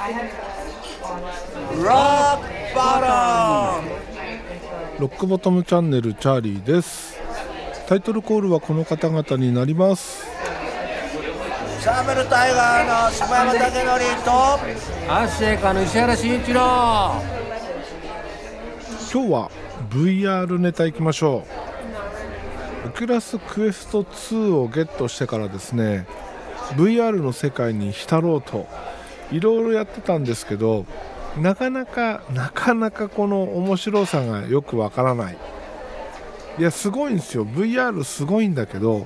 ロックボトム。 ロックボトムチャンネルチャーリーです。タイトルコールはこの方々になります。 サーベルタイガーの柴山武則とアッシェイカーの石原慎一郎。 今日は VR ネタいきましょう。オキュラスクエスト2をゲットしてからですね、 VR の世界に浸ろうといろいろやってたんですけど、なかなかこの面白さがよくわからない。いや、すごいんですよ。 VR すごいんだけど、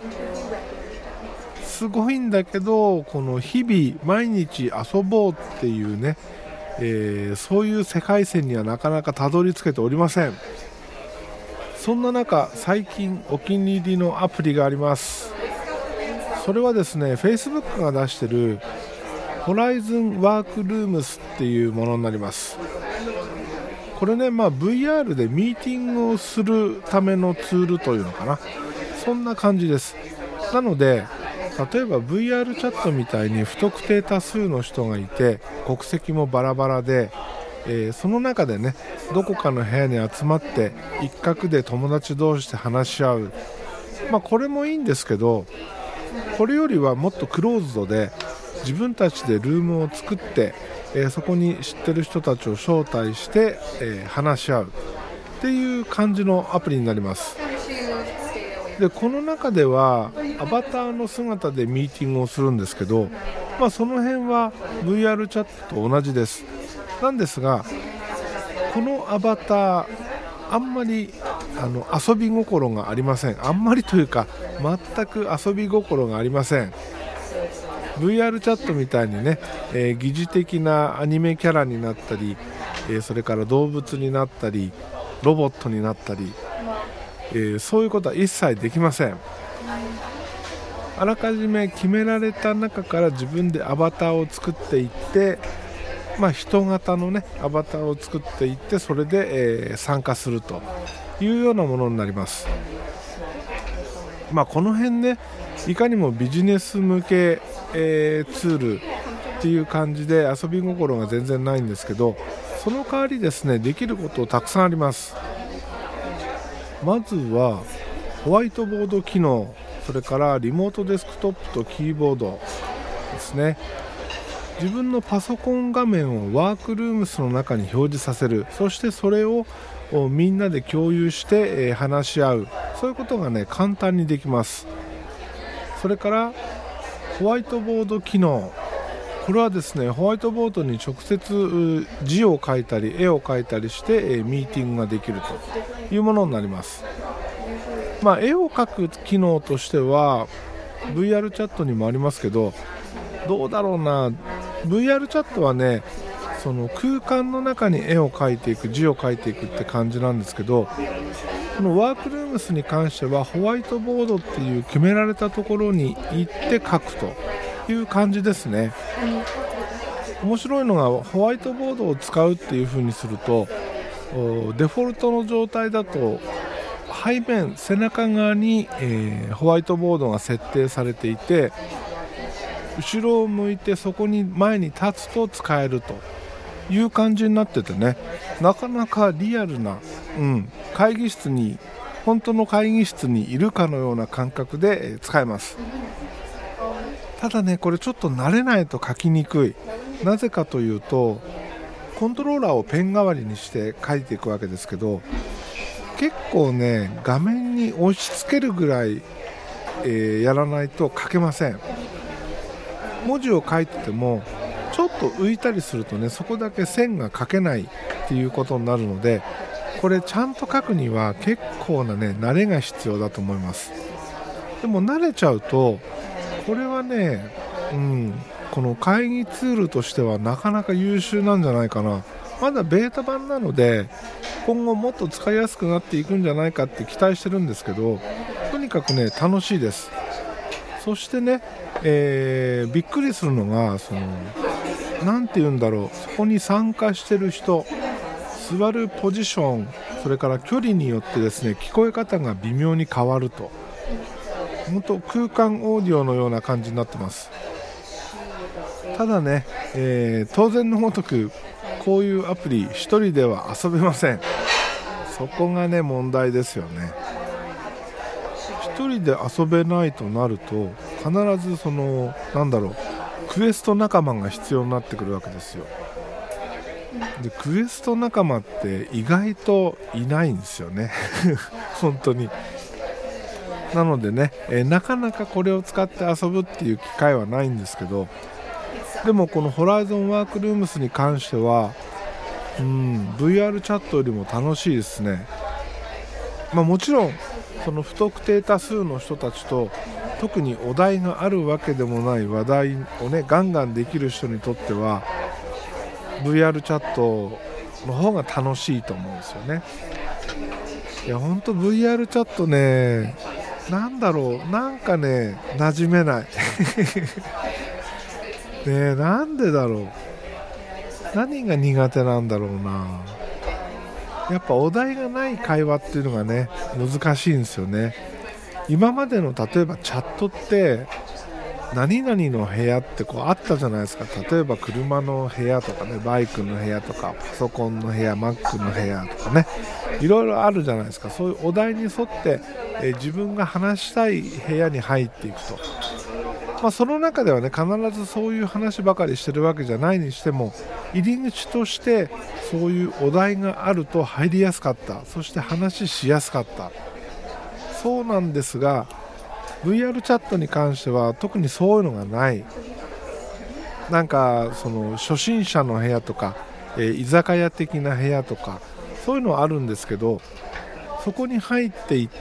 この日々毎日遊ぼうっていうね、そういう世界線にはなかなかたどり着けておりません。そんな中、最近お気に入りのアプリがあります。それはですね、 Facebook が出してるホライズンワークルームスっていうものになります。これね、VR でミーティングをするためのツールというのかな、そんな感じです。なので、例えば VR チャットみたいに不特定多数の人がいて、国籍もバラバラで、その中でね、どこかの部屋に集まって一角で友達同士で話し合う、これもいいんですけど、これよりはもっとクローズドで自分たちでルームを作って、そこに知ってる人たちを招待して、話し合うっていう感じのアプリになります。で、この中ではアバターの姿でミーティングをするんですけど、その辺は VR チャットと同じです。なんですが、このアバターあんまり遊び心がありません。あんまりというか、全く遊び心がありません。 VR チャットみたいにね、疑似的なアニメキャラになったり、それから動物になったりロボットになったり、そういうことは一切できません。あらかじめ決められた中から自分でアバターを作っていって、人型のねアバターを作っていって、それで、参加するというようなものになります。この辺ね、いかにもビジネス向け、ツールっていう感じで遊び心が全然ないんですけど、その代わりですね、できることたくさんあります。まずはホワイトボード機能、それからリモートデスクトップとキーボードですね。自分のパソコン画面をワークルームスの中に表示させる、そしてそれをみんなで共有して、話し合う、そういうことがね簡単にできます。それからホワイトボード機能、これはですね、ホワイトボードに直接字を書いたり絵を描いたりして、ミーティングができるというものになります。絵を描く機能としては VR チャットにもありますけど、どうだろうな、 VR チャットはね、その空間の中に絵を描いていく、字を書いていくって感じなんですけど、このワークルームスに関してはホワイトボードっていう決められたところに行って書くという感じですね。面白いのが、ホワイトボードを使うっていう風にすると、デフォルトの状態だと背面、背中側に、ホワイトボードが設定されていて、後ろを向いてそこに前に立つと使えるという感じになっててね、なかなかリアルな、会議室に、本当の会議室にいるかのような感覚で使えます。ただね、これちょっと慣れないと書きにくい。なぜかというと、コントローラーをペン代わりにして書いていくわけですけど、結構ね画面に押し付けるぐらい、やらないと書けません。文字を書いててもちょっと浮いたりするとね、そこだけ線が書けないっていうことになるので、これちゃんと書くには結構なね慣れが必要だと思います。でも慣れちゃうと、これはね、この会議ツールとしてはなかなか優秀なんじゃないかな。まだベータ版なので、今後もっと使いやすくなっていくんじゃないかって期待してるんですけど、とにかくね楽しいです。そしてね、びっくりするのが、なんて言うんだろう、そこに参加してる人、座るポジション、それから距離によってですね、聞こえ方が微妙に変わると、本当空間オーディオのような感じになってます。 ただね、当然のごとくこういうアプリ一人では遊べません。そこがね問題ですよね。一人で遊べないとなると必ずクエスト仲間が必要になってくるわけですよ。でクエスト仲間って意外といないんですよね本当に。なのでね、なかなかこれを使って遊ぶっていう機会はないんですけど、でもこのホライゾンワークルームスに関してはVR チャットよりも楽しいですね。もちろんその不特定多数の人たちと特にお題があるわけでもない話題をねガンガンできる人にとっては VR チャットの方が楽しいと思うんですよね。いや本当 VR チャットねなんかね馴染めないね、なんでだろう、何が苦手なんだろうな。やっぱお題がない会話っていうのがね難しいんですよね。今までの例えばチャットって何々の部屋ってあったじゃないですか。例えば車の部屋とかね、バイクの部屋とかパソコンの部屋、Mac の部屋とかね、いろいろあるじゃないですか。そういうお題に沿って、自分が話したい部屋に入っていくと、その中ではね必ずそういう話ばかりしてるわけじゃないにしても入り口としてそういうお題があると入りやすかった、そして話しやすかった。そうなんですが VR チャットに関しては特にそういうのがない。なんかその初心者の部屋とか、居酒屋的な部屋とかそういうのはあるんですけど、そこに入っていって、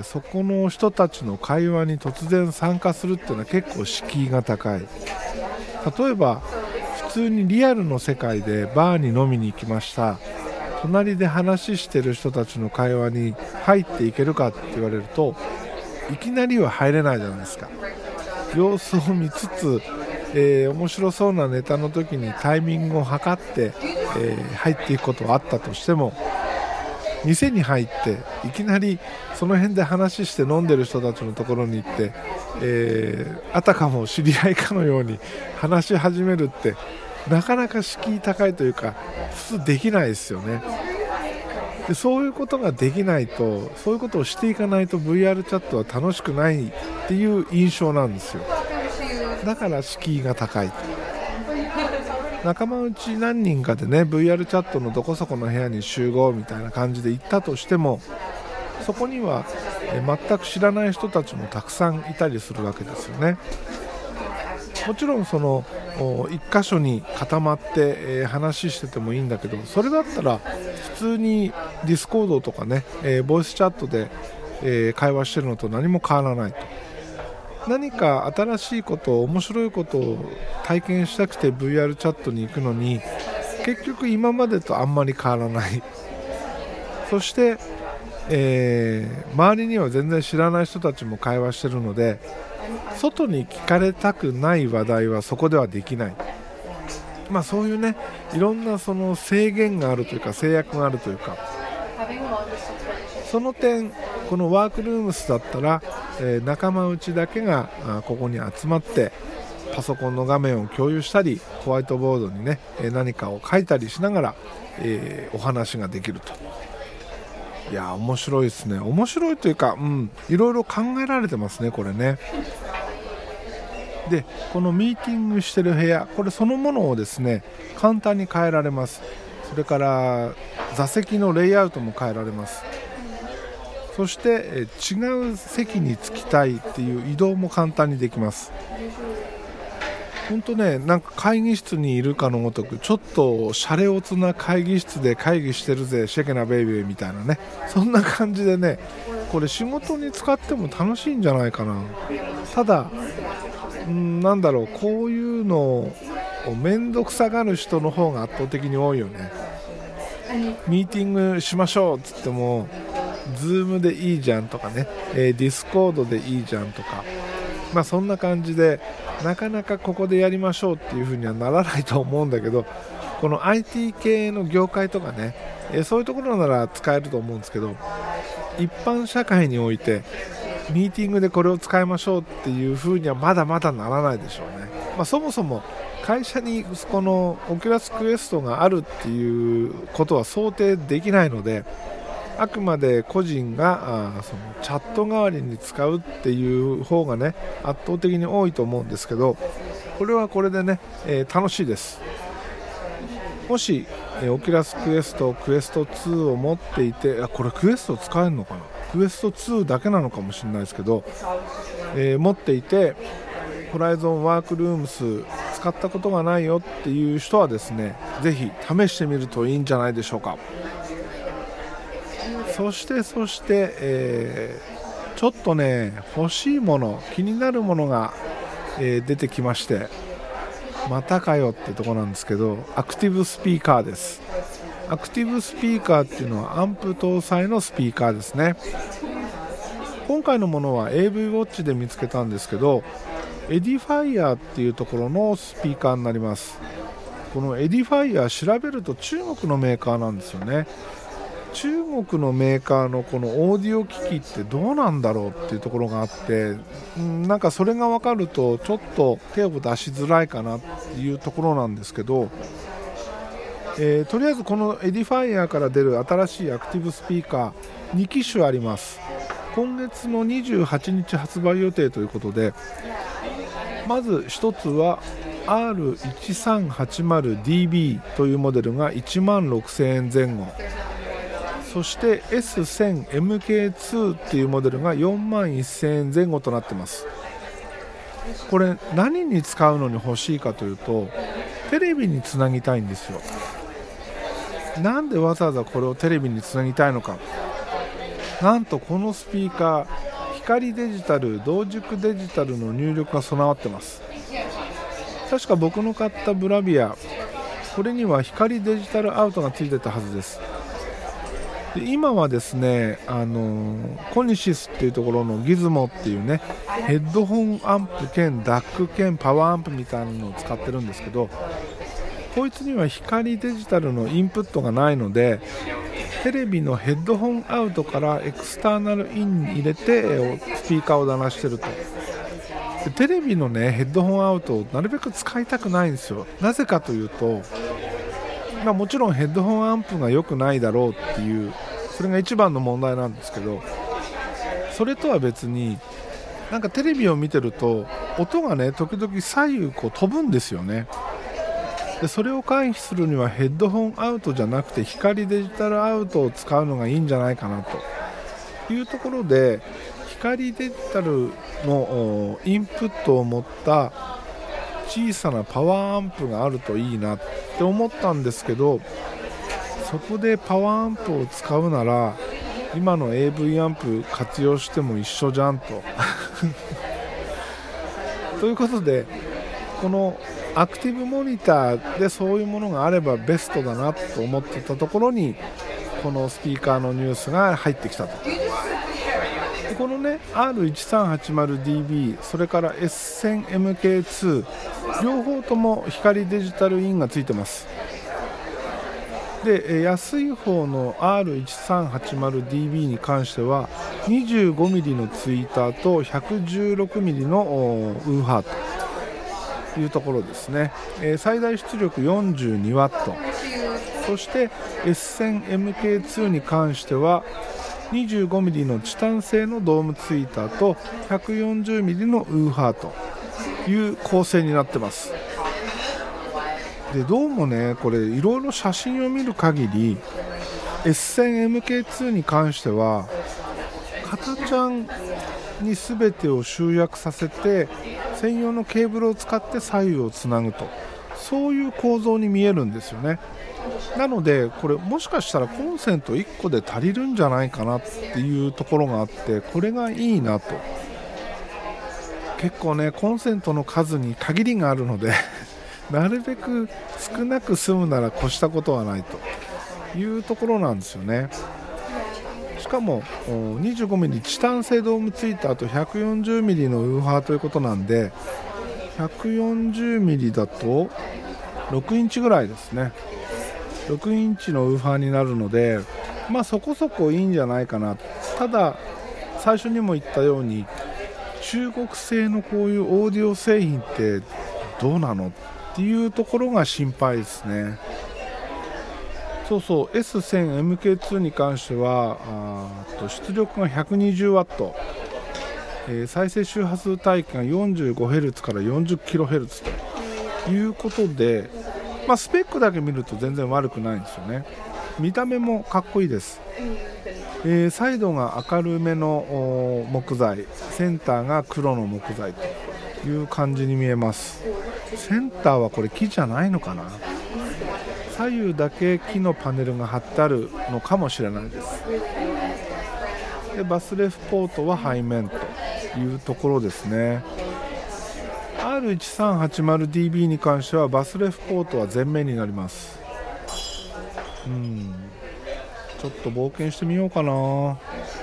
そこの人たちの会話に突然参加するっていうのは結構敷居が高い。例えば普通にリアルの世界でバーに飲みに行きました、隣で話してる人たちの会話に入っていけるかって言われるといきなりは入れないじゃないですか。様子を見つつ、面白そうなネタの時にタイミングを測って、入っていくことはあったとしても、店に入っていきなりその辺で話して飲んでる人たちのところに行って、あたかも知り合いかのように話し始めるってなかなか敷居高いというか普通できないですよね。でそういうことができないと、そういうことをしていかないと VR チャットは楽しくないっていう印象なんですよ。だから敷居が高い。仲間内何人かでね VR チャットのどこそこの部屋に集合みたいな感じで行ったとしても、そこには全く知らない人たちもたくさんいたりするわけですよね。もちろんその一箇所に固まって、話しててもいいんだけど、それだったら普通にディスコードとかね、ボイスチャットで、会話してるのと何も変わらないと。何か新しいこと、面白いことを体験したくて VR チャットに行くのに結局今までとあんまり変わらない。そして、周りには全然知らない人たちも会話してるので、外に聞かれたくない話題はそこではできない。そういうね、いろんなその制限があるというか制約があるというか、その点このワークルームスだったら、仲間内だけがここに集まってパソコンの画面を共有したり、ホワイトボードにね何かを書いたりしながら、お話ができると。いや面白いですね。面白いというか、いろいろ考えられてますねこれね。でこのミーティングしてる部屋、これそのものをですね簡単に変えられます。それから座席のレイアウトも変えられます。そして違う席に着きたいっていう移動も簡単にできます。本当ね、なんか会議室にいるかのごとく、ちょっとシャレオツな会議室で会議してるぜシェケナベイベーみたいなね、そんな感じでね、これ仕事に使っても楽しいんじゃないかな。ただなんだろう、こういうのを面倒くさがる人の方が圧倒的に多いよね。ミーティングしましょうっつってもズームでいいじゃんとかね、ディスコードでいいじゃんとか、そんな感じでなかなかここでやりましょうっていう風にはならないと思うんだけど、この IT 系の業界とかね、そういうところなら使えると思うんですけど、一般社会においてミーティングでこれを使いましょうっていう風にはまだまだならないでしょうね。 そもそも会社にこのオキュラスクエストがあるっていうことは想定できないので、あくまで個人がそのチャット代わりに使うっていう方がね圧倒的に多いと思うんですけど、これはこれでね、楽しいです。もし、オキュラスクエストクエスト2を持っていて、これクエスト使えるのかな、クエスト2だけなのかもしれないですけど、持っていてホライゾンワークルームス使ったことがないよっていう人はですね、ぜひ試してみるといいんじゃないでしょうか。そして、ちょっとね欲しいもの、気になるものが、出てきまして、またかよってとこなんですけど、アクティブスピーカーです。アクティブスピーカーっていうのはアンプ搭載のスピーカーですね。今回のものは AV ウォッチで見つけたんですけど、エディファイアっていうところのスピーカーになります。このエディファイア調べると中国のメーカーなんですよね。中国のメーカーのこのオーディオ機器ってどうなんだろうっていうところがあって、なんかそれが分かるとちょっと手を出しづらいかなっていうところなんですけど、とりあえずこのエディファイアから出る新しいアクティブスピーカー2機種あります。今月の28日発売予定ということで、まず一つは R1380DB というモデルが16,000円前後、そして S1000MK2 っていうモデルが41,000円前後となってます。これ何に使うのに欲しいかというと、テレビにつなぎたいんですよ。なんでわざわざこれをテレビにつなぎたいのか。なんとこのスピーカー、光デジタル、同軸デジタルの入力が備わってます。確か僕の買ったブラビア、これには光デジタルアウトがついてたはずです。で今はですね、コニシスっていうところのギズモっていうね、ヘッドホンアンプ兼ダック兼パワーアンプみたいなのを使ってるんですけど、こいつには光デジタルのインプットがないので、テレビのヘッドホンアウトからエクスターナルインに入れてスピーカーを鳴らしてると。でテレビのねヘッドホンアウトをなるべく使いたくないんですよ。なぜかというと、もちろんヘッドホンアンプが良くないだろうっていう、それが一番の問題なんですけど、それとは別になんかテレビを見てると音がね時々左右飛ぶんですよね。でそれを回避するにはヘッドホンアウトじゃなくて光デジタルアウトを使うのがいいんじゃないかなというところで、光デジタルのインプットを持った小さなパワーアンプがあるといいなって思ったんですけど、そこでパワーアンプを使うなら今の AV アンプ活用しても一緒じゃんとということで、このアクティブモニターでそういうものがあればベストだなと思ってたところに、このスピーカーのニュースが入ってきたと。でこのね R1380DB それから S1000MK2 両方とも光デジタルインがついてます。で安い方の R1380DB に関しては 25mm のツイーターと 116mm のウーハーというところですね。最大出力 42W、 そして S1000MK2 に関しては 25mm のチタン製のドームツイーターと 140mm のウーハーという構成になってます。でどうもね、これいろいろ写真を見る限り S1000MK2 に関しては型ちゃんに全てを集約させて専用のケーブルを使って左右をつなぐと、そういう構造に見えるんですよね。なのでこれもしかしたらコンセント1個で足りるんじゃないかなっていうところがあって、これがいいなと。結構ねコンセントの数に限りがあるのでなるべく少なく済むなら越したことはないというところなんですよね。しかも 25mm チタン製ドームツイーターと 140mm のウーハーということなんで、 140mm だと6インチぐらいですね。6インチのウーハーになるので、そこそこいいんじゃないかな。ただ最初にも言ったように中国製のこういうオーディオ製品ってどうなのっていうところが心配ですね。そうそう、 S1000MK2 に関しては出力が 120W、再生周波数帯域が 45Hz から 40kHz ということで、スペックだけ見ると全然悪くないんですよね。見た目もかっこいいです。サイドが明るめの木材、センターが黒の木材という感じに見えます。センターはこれ木じゃないのかな。左右だけ木のパネルが貼ってあるのかもしれないです。でバスレフポートは背面というところですね。 R1380DB に関してはバスレフポートは前面になります。ちょっと冒険してみようかな。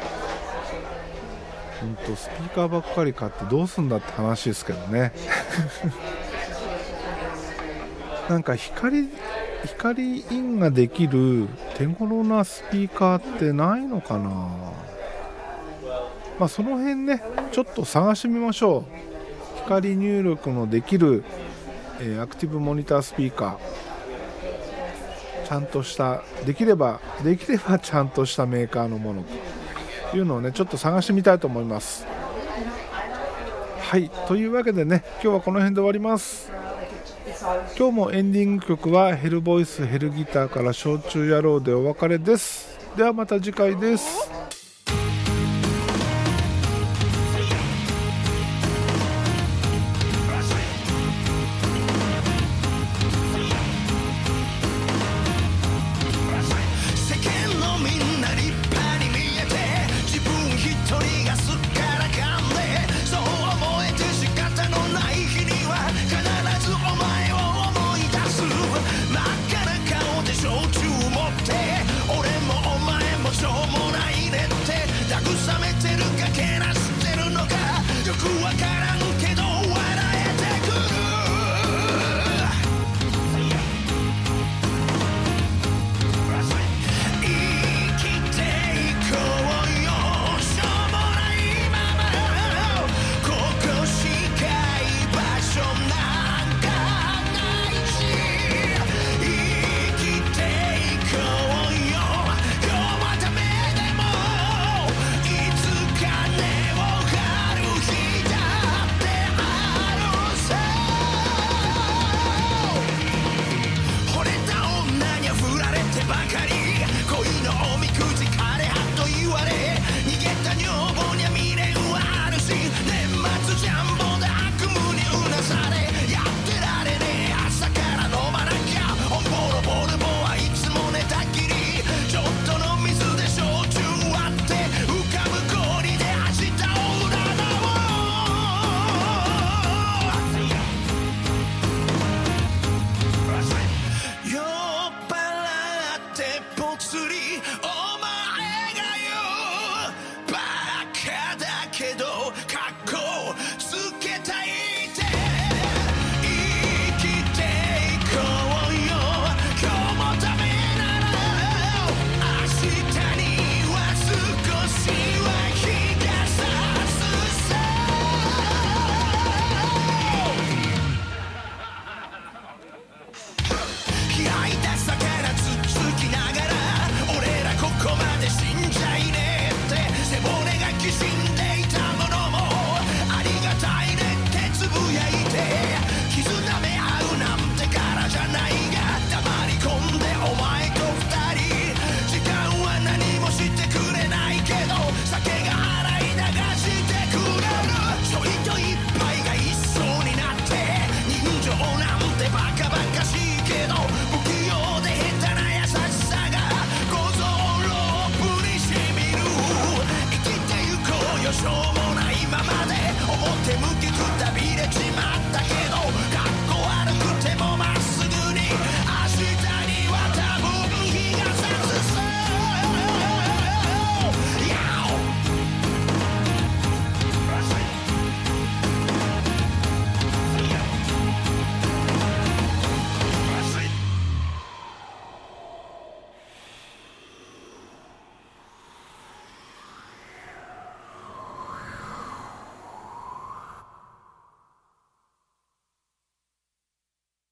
スピーカーばっかり買ってどうすんだって話ですけどねなんか光インができる手頃なスピーカーってないのかな。その辺ねちょっと探してみましょう。光入力のできる、アクティブモニタースピーカー、ちゃんとしたできればちゃんとしたメーカーのものというのをねちょっと探してみたいと思います。はい、というわけでね今日はこの辺で終わります。今日もエンディング曲はヘルボイスヘルギターから焼酎野郎でお別れです。ではまた次回です。